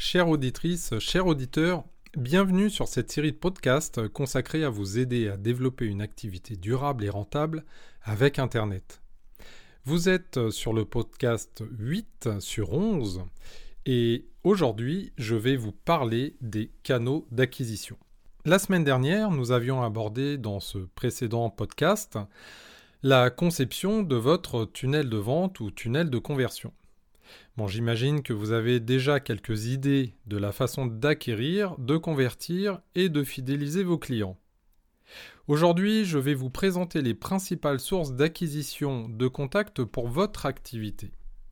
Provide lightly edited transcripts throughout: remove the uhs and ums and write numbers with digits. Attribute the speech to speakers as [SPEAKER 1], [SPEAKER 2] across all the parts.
[SPEAKER 1] Chères auditrices, chers auditeurs, bienvenue sur cette série de podcasts consacrée à vous aider à développer une activité durable et rentable avec Internet. Vous êtes sur le podcast 8 sur 11 et aujourd'hui, je vais vous parler des canaux d'acquisition. La semaine dernière, nous avions abordé dans ce précédent podcast la conception de votre tunnel de vente ou tunnel de conversion. Bon, j'imagine que vous avez déjà quelques idées de la façon d'acquérir, de convertir et de fidéliser vos clients. Aujourd'hui, je vais vous présenter les principales sources d'acquisition de contacts pour votre activité.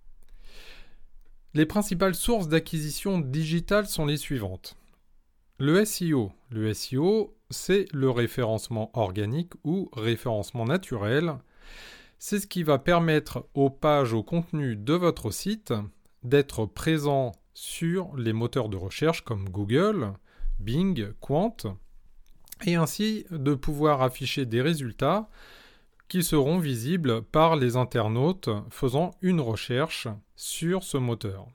[SPEAKER 1] Les principales sources d'acquisition digitale sont les suivantes. Le SEO. Le SEO, c'est le référencement organique ou référencement naturel. C'est ce qui va permettre aux pages, au contenu de votre site d'être présents sur les moteurs de recherche comme Google, Bing, Qwant, et ainsi de pouvoir afficher des résultats qui seront visibles par les internautes faisant une recherche sur ce moteur.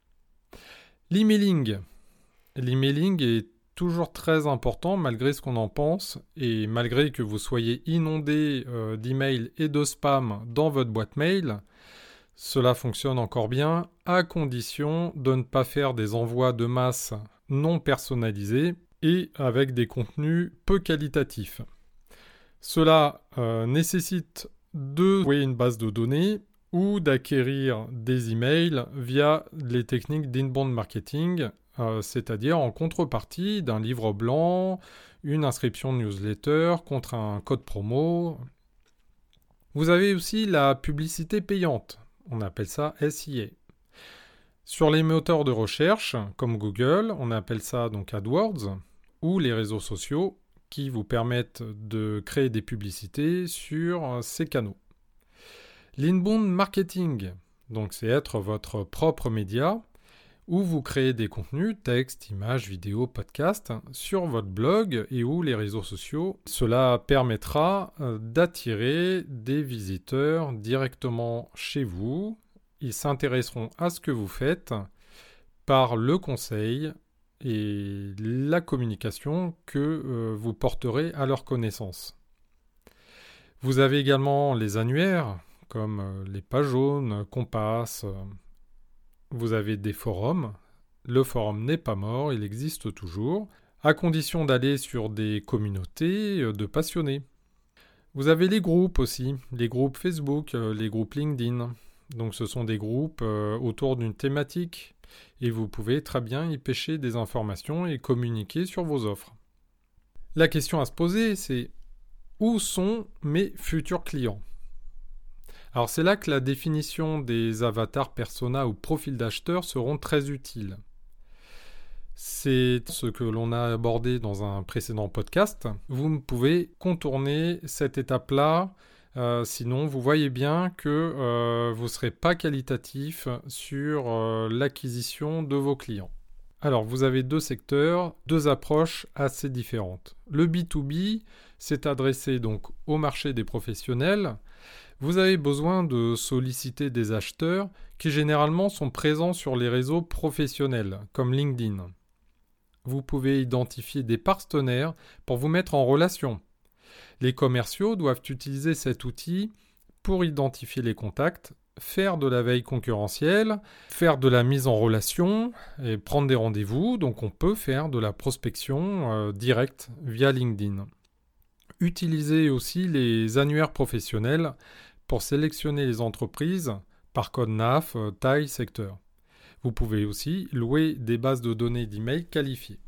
[SPEAKER 1] L'emailing. L'emailing est toujours très important malgré ce qu'on en pense et malgré que vous soyez inondé d'emails et de spam dans votre boîte mail, cela fonctionne encore bien à condition de ne pas faire des envois de masse non personnalisés et avec des contenus peu qualitatifs. Cela nécessite de créer une base de données ou d'acquérir des emails via les techniques d'inbound marketing, c'est-à-dire en contrepartie d'un livre blanc, une inscription newsletter contre un code promo. Vous avez aussi la publicité payante, on appelle ça SEA. Sur les moteurs de recherche, comme Google, on appelle ça donc AdWords, ou les réseaux sociaux qui vous permettent de créer des publicités sur ces canaux. L'inbound marketing, donc c'est être votre propre média, où vous créez des contenus, textes, images, vidéos, podcasts, sur votre blog et ou les réseaux sociaux. Cela permettra d'attirer des visiteurs directement chez vous. Ils s'intéresseront à ce que vous faites par le conseil et la communication que vous porterez à leur connaissance. Vous avez également les annuaires, comme les pages jaunes, Compass. Vous avez des forums. Le forum n'est pas mort, il existe toujours, à condition d'aller sur des communautés de passionnés. Vous avez les groupes aussi, les groupes Facebook, les groupes LinkedIn. Donc ce sont des groupes autour d'une thématique et vous pouvez très bien y pêcher des informations et communiquer sur vos offres. La question à se poser, c'est où sont mes futurs clients ? Alors c'est là que la définition des avatars persona ou profils d'acheteurs seront très utiles. C'est ce que l'on a abordé dans un précédent podcast. Vous pouvez contourner cette étape-là, sinon vous voyez bien que vous ne serez pas qualitatif sur l'acquisition de vos clients. Alors vous avez deux secteurs, deux approches assez différentes. Le B2B, c'est adressé donc au marché des professionnels. Vous avez besoin de solliciter des acheteurs qui généralement sont présents sur les réseaux professionnels, comme LinkedIn. Vous pouvez identifier des partenaires pour vous mettre en relation. Les commerciaux doivent utiliser cet outil pour identifier les contacts, faire de la veille concurrentielle, faire de la mise en relation et prendre des rendez-vous. Donc on peut faire de la prospection directe via LinkedIn. Utilisez aussi les annuaires professionnels pour sélectionner les entreprises par code NAF, taille, secteur. Vous pouvez aussi louer des bases de données d'email qualifiées.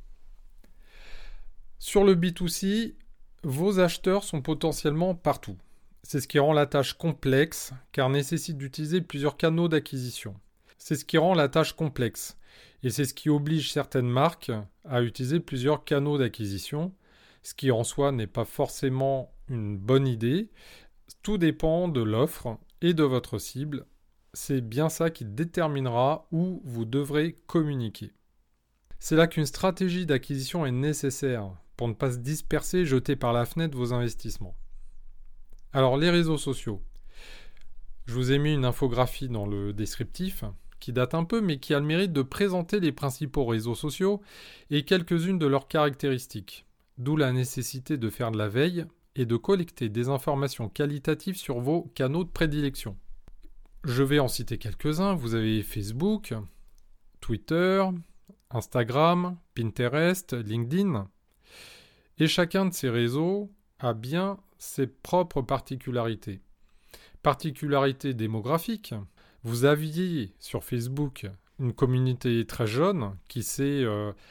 [SPEAKER 1] Sur le B2C, vos acheteurs sont potentiellement partout. C'est ce qui rend la tâche complexe car nécessite d'utiliser plusieurs canaux d'acquisition. C'est ce qui rend la tâche complexe et c'est ce qui oblige certaines marques à utiliser plusieurs canaux d'acquisition, ce qui en soi n'est pas forcément une bonne idée. Tout dépend de l'offre et de votre cible. C'est bien ça qui déterminera où vous devrez communiquer. C'est là qu'une stratégie d'acquisition est nécessaire pour ne pas se disperser et jeter par la fenêtre vos investissements. Alors les réseaux sociaux. Je vous ai mis une infographie dans le descriptif qui date un peu, mais qui a le mérite de présenter les principaux réseaux sociaux et quelques-unes de leurs caractéristiques. D'où la nécessité de faire de la veille et de collecter des informations qualitatives sur vos canaux de prédilection. Je vais en citer quelques-uns. Vous avez Facebook, Twitter, Instagram, Pinterest, LinkedIn. Et chacun de ces réseaux a bien ses propres particularités. Particularités démographiques. Vous aviez sur Facebook une communauté très jeune qui s'est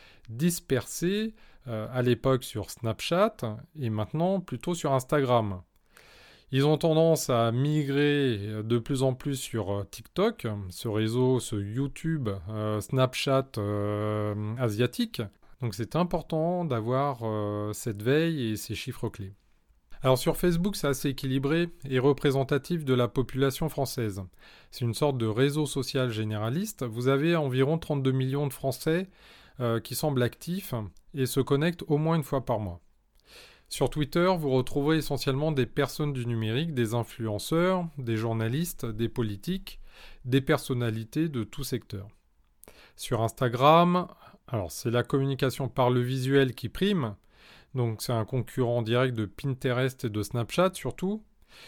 [SPEAKER 1] dispersée à l'époque sur Snapchat et maintenant plutôt sur Instagram. Ils ont tendance à migrer de plus en plus sur TikTok, ce réseau, ce YouTube, Snapchat asiatique. Donc c'est important d'avoir cette veille et ces chiffres clés. Alors sur Facebook, c'est assez équilibré et représentatif de la population française. C'est une sorte de réseau social généraliste. Vous avez environ 32 millions de Français qui semblent actifs et se connectent au moins une fois par mois. Sur Twitter, vous retrouverez essentiellement des personnes du numérique, des influenceurs, des journalistes, des politiques, des personnalités de tout secteur. Sur Instagram, alors c'est la communication par le visuel qui prime, donc c'est un concurrent direct de Pinterest et de Snapchat surtout,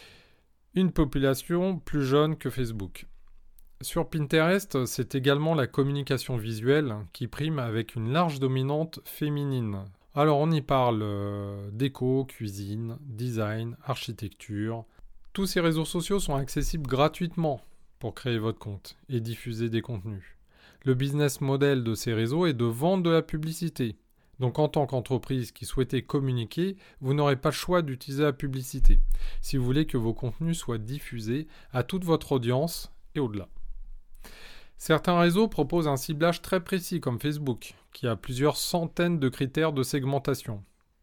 [SPEAKER 1] une population plus jeune que Facebook. Sur Pinterest, c'est également la communication visuelle qui prime avec une large dominante féminine. Alors on y parle déco, cuisine, design, architecture. Tous ces réseaux sociaux sont accessibles gratuitement pour créer votre compte et diffuser des contenus. Le business model de ces réseaux est de vendre de la publicité. Donc en tant qu'entreprise qui souhaitait communiquer, vous n'aurez pas le choix d'utiliser la publicité si vous voulez que vos contenus soient diffusés à toute votre audience et au-delà. Certains réseaux proposent un ciblage très précis comme Facebook, qui a plusieurs centaines de critères de segmentation.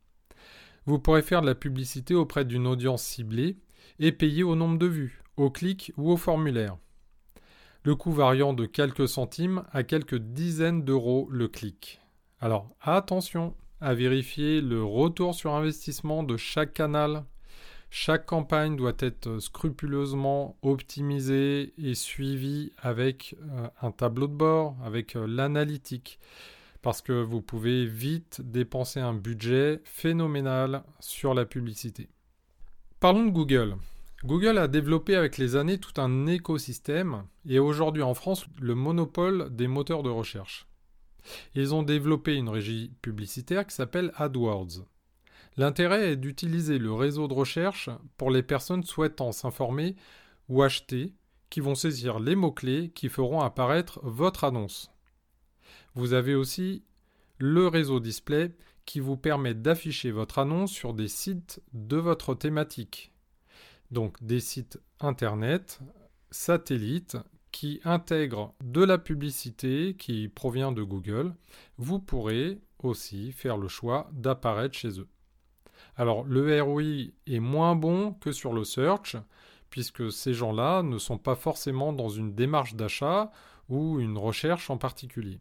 [SPEAKER 1] Vous pourrez faire de la publicité auprès d'une audience ciblée et payer au nombre de vues, au clic ou au formulaire. Le coût variant de quelques centimes à quelques dizaines d'euros le clic. Alors attention à vérifier le retour sur investissement de chaque canal. Chaque campagne doit être scrupuleusement optimisée et suivie avec un tableau de bord, avec l'analytique, parce que vous pouvez vite dépenser un budget phénoménal sur la publicité. Parlons de Google. Google a développé avec les années tout un écosystème et aujourd'hui en France le monopole des moteurs de recherche. Ils ont développé une régie publicitaire qui s'appelle AdWords. L'intérêt est d'utiliser le réseau de recherche pour les personnes souhaitant s'informer ou acheter, qui vont saisir les mots-clés qui feront apparaître votre annonce. Vous avez aussi le réseau display qui vous permet d'afficher votre annonce sur des sites de votre thématique. Donc des sites internet, satellites, qui intègrent de la publicité qui provient de Google. Vous pourrez aussi faire le choix d'apparaître chez eux. Alors, le ROI est moins bon que sur le search, puisque ces gens-là ne sont pas forcément dans une démarche d'achat ou une recherche en particulier.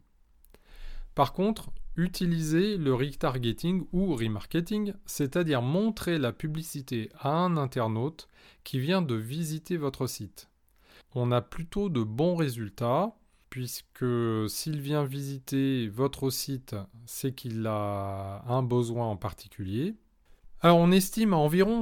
[SPEAKER 1] Par contre, utilisez le retargeting ou remarketing, c'est-à-dire montrer la publicité à un internaute qui vient de visiter votre site. On a plutôt de bons résultats, puisque s'il vient visiter votre site, c'est qu'il a un besoin en particulier. Alors on estime à environ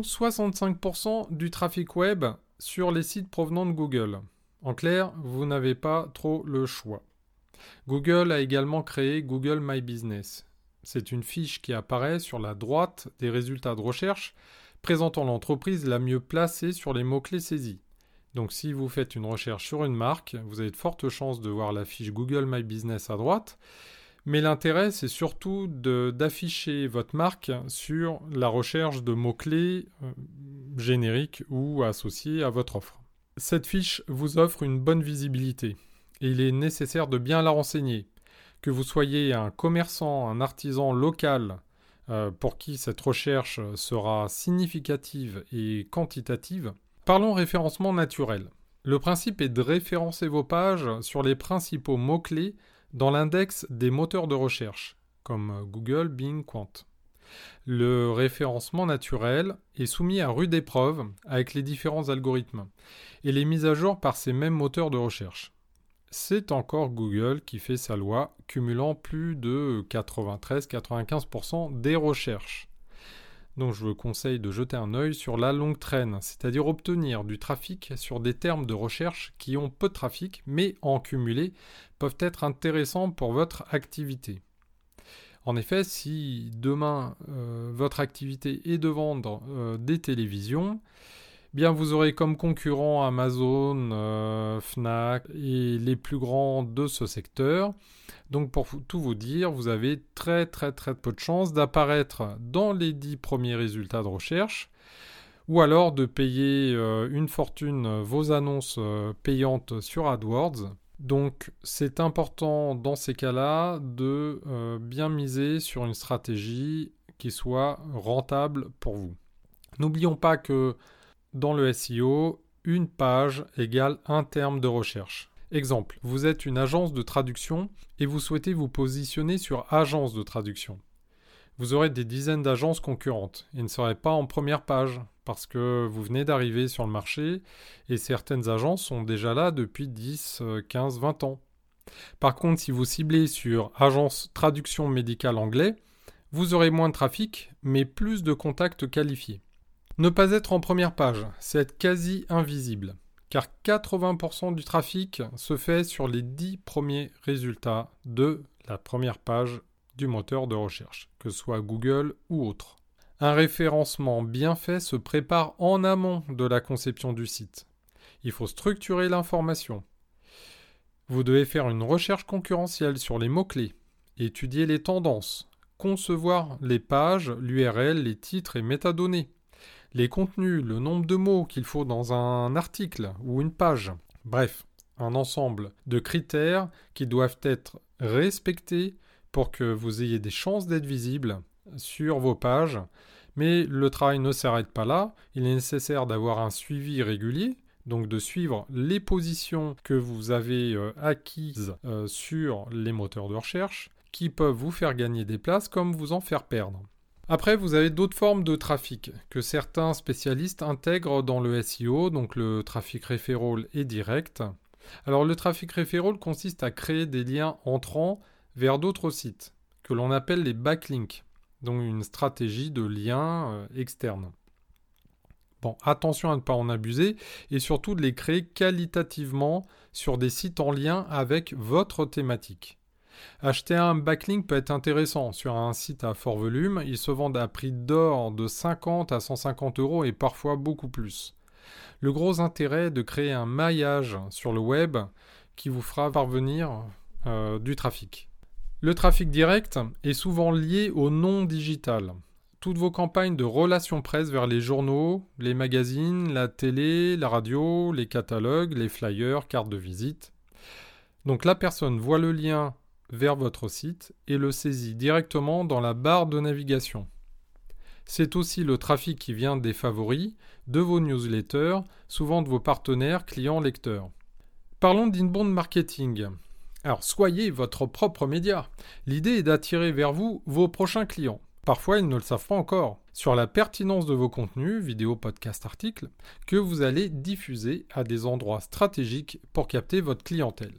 [SPEAKER 1] 65% du trafic web sur les sites provenant de Google. En clair, vous n'avez pas trop le choix. Google a également créé Google My Business. C'est une fiche qui apparaît sur la droite des résultats de recherche, présentant l'entreprise la mieux placée sur les mots-clés saisis. Donc si vous faites une recherche sur une marque, vous avez de fortes chances de voir la fiche Google My Business à droite. Mais l'intérêt, c'est surtout d'afficher votre marque sur la recherche de mots-clés génériques ou associés à votre offre. Cette fiche vous offre une bonne visibilité et il est nécessaire de bien la renseigner. Que vous soyez un commerçant, un artisan local pour qui cette recherche sera significative et quantitative. Parlons référencement naturel. Le principe est de référencer vos pages sur les principaux mots-clés dans l'index des moteurs de recherche, comme Google, Bing, Quant. Le référencement naturel est soumis à rude épreuve avec les différents algorithmes et les mises à jour par ces mêmes moteurs de recherche. c'est encore Google qui fait sa loi, cumulant plus de 93-95% des recherches. Donc je vous conseille de jeter un œil sur la longue traîne, c'est-à-dire obtenir du trafic sur des termes de recherche qui ont peu de trafic, mais en cumulé peuvent être intéressants pour votre activité. En effet, si demain votre activité est de vendre des télévisions, bien vous aurez comme concurrents Amazon, Fnac et les plus grands de ce secteur. Donc pour tout vous dire, vous avez très peu de chances d'apparaître dans les 10 premiers résultats de recherche ou alors de payer une fortune vos annonces payantes sur AdWords. Donc c'est important dans ces cas-là de bien miser sur une stratégie qui soit rentable pour vous. N'oublions pas que dans le SEO, une page égale un terme de recherche. Exemple, vous êtes une agence de traduction et vous souhaitez vous positionner sur agence de traduction. Vous aurez des dizaines d'agences concurrentes et ne serez pas en première page parce que vous venez d'arriver sur le marché et certaines agences sont déjà là depuis 10, 15, 20 ans. Par contre, si vous ciblez sur agence traduction médicale anglais, vous aurez moins de trafic mais plus de contacts qualifiés. Ne pas être en première page, c'est être quasi invisible, car 80% du trafic se fait sur les 10 premiers résultats de la première page du moteur de recherche, que ce soit Google ou autre. Un référencement bien fait se prépare en amont de la conception du site. Il faut structurer l'information. Vous devez faire une recherche concurrentielle sur les mots-clés, étudier les tendances, concevoir les pages, l'URL, les titres et métadonnées. Les contenus, le nombre de mots qu'il faut dans un article ou une page. Bref, un ensemble de critères qui doivent être respectés pour que vous ayez des chances d'être visible sur vos pages. Mais le travail ne s'arrête pas là. Il est nécessaire d'avoir un suivi régulier, donc de suivre les positions que vous avez acquises sur les moteurs de recherche, qui peuvent vous faire gagner des places comme vous en faire perdre. Après, vous avez d'autres formes de trafic que certains spécialistes intègrent dans le SEO, donc le trafic referral et direct. Alors le trafic referral consiste à créer des liens entrants vers d'autres sites, que l'on appelle les backlinks, donc une stratégie de lien externe. Bon, attention à ne pas en abuser et surtout de les créer qualitativement sur des sites en lien avec votre thématique. Acheter un backlink peut être intéressant. Sur un site à fort volume, ils se vendent à prix d'or de 50 à 150 € et parfois beaucoup plus. Le gros intérêt est de créer un maillage sur le web qui vous fera parvenir du trafic. Le trafic direct est souvent lié au non digital. Toutes vos campagnes de relations presse vers les journaux, les magazines, la télé, la radio, les catalogues, les flyers, cartes de visite. Donc la personne voit le lien vers votre site et le saisit directement dans la barre de navigation. C'est aussi le trafic qui vient des favoris, de vos newsletters, souvent de vos partenaires, clients, lecteurs. Parlons d'inbound marketing. Alors, soyez votre propre média. L'idée est d'attirer vers vous vos prochains clients. Parfois, ils ne le savent pas encore. Sur la pertinence de vos contenus, vidéos, podcasts, articles, que vous allez diffuser à des endroits stratégiques pour capter votre clientèle.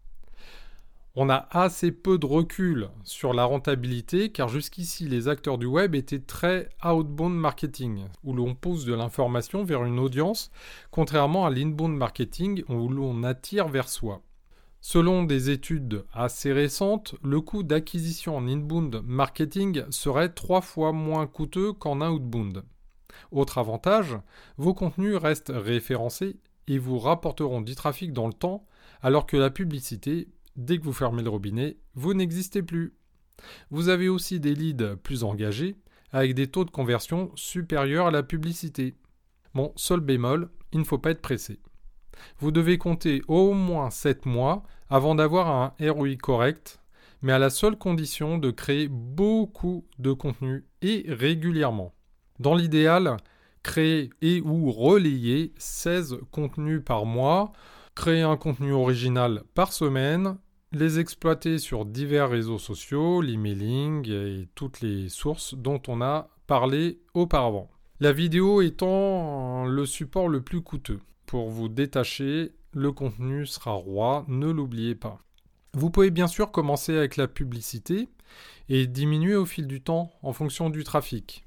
[SPEAKER 1] On a assez peu de recul sur la rentabilité car jusqu'ici les acteurs du web étaient très outbound marketing où l'on pousse de l'information vers une audience contrairement à l'inbound marketing où l'on attire vers soi. Selon des études assez récentes, le coût d'acquisition en inbound marketing serait 3 fois moins coûteux qu'en outbound. Autre avantage, vos contenus restent référencés et vous rapporteront du trafic dans le temps alors que la publicité, dès que vous fermez le robinet, vous n'existez plus. Vous avez aussi des leads plus engagés, avec des taux de conversion supérieurs à la publicité. Bon, seul bémol, il ne faut pas être pressé. Vous devez compter au moins 7 mois avant d'avoir un ROI correct, mais à la seule condition de créer beaucoup de contenu et régulièrement. Dans l'idéal, créer et ou relayer 16 contenus par mois, créer un contenu original par semaine, les exploiter sur divers réseaux sociaux, l'emailing et toutes les sources dont on a parlé auparavant. La vidéo étant le support le plus coûteux pour vous détacher le contenu sera roi, ne l'oubliez pas. Vous pouvez bien sûr commencer avec la publicité et diminuer au fil du temps en fonction du trafic.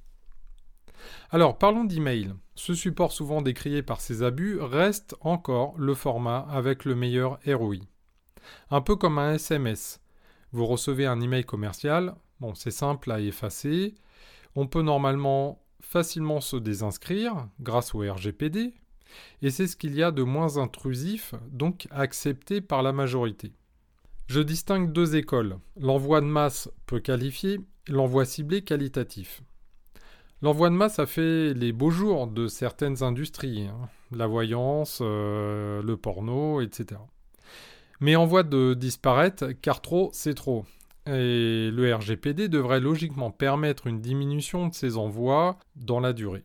[SPEAKER 1] Alors, parlons d'email. Ce support souvent décrié par ses abus reste encore le format avec le meilleur ROI. Un peu comme un SMS. Vous recevez un email commercial, c'est simple à effacer. On peut normalement facilement se désinscrire grâce au RGPD, et c'est ce qu'il y a de moins intrusif, donc accepté par la majorité. Je distingue deux écoles. L'envoi de masse peu qualifié, l'envoi ciblé qualitatif. L'envoi de masse a fait les beaux jours de certaines industries, la voyance, le porno, etc. Mais envoi de disparaître, car trop, c'est trop. Et le RGPD devrait logiquement permettre une diminution de ces envois dans la durée.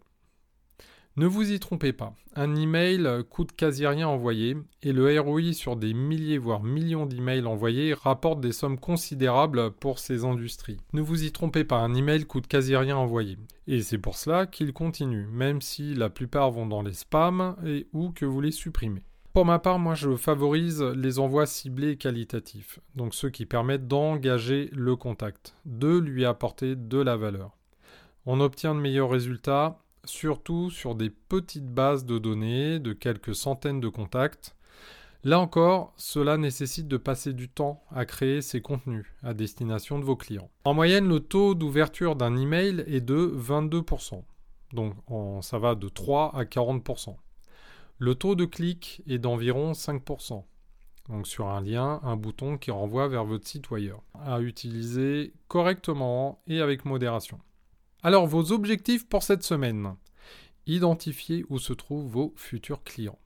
[SPEAKER 1] Ne vous y trompez pas, un email coûte quasi rien envoyé et le ROI sur des milliers voire millions d'emails envoyés rapporte des sommes considérables pour ces industries. Ne vous y trompez pas, un email coûte quasi rien envoyé. Et c'est pour cela qu'il continue, même si la plupart vont dans les spams et ou que vous les supprimez. Pour ma part, moi je favorise les envois ciblés et qualitatifs, donc ceux qui permettent d'engager le contact, de lui apporter de la valeur. On obtient de meilleurs résultats, surtout sur des petites bases de données de quelques centaines de contacts. Là encore, cela nécessite de passer du temps à créer ces contenus à destination de vos clients. En moyenne, le taux d'ouverture d'un email est de 22%. Donc ça va de 3 à 40%. Le taux de clic est d'environ 5%. Donc sur un lien, un bouton qui renvoie vers votre site ou ailleurs. À utiliser correctement et avec modération. Alors, vos objectifs pour cette semaine. Identifiez où se trouvent vos futurs clients.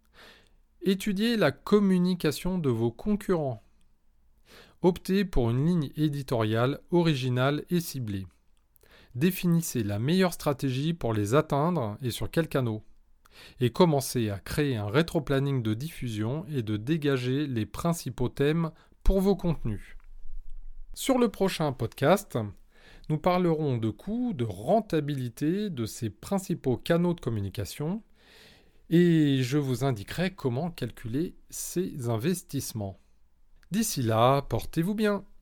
[SPEAKER 1] Étudiez la communication de vos concurrents. Optez pour une ligne éditoriale originale et ciblée. Définissez la meilleure stratégie pour les atteindre et sur quels canaux. Et commencez à créer un rétro-planning de diffusion et de dégager les principaux thèmes pour vos contenus. Sur le prochain podcast, nous parlerons de coûts, de rentabilité de ces principaux canaux de communication et je vous indiquerai comment calculer ces investissements. D'ici là, portez-vous bien.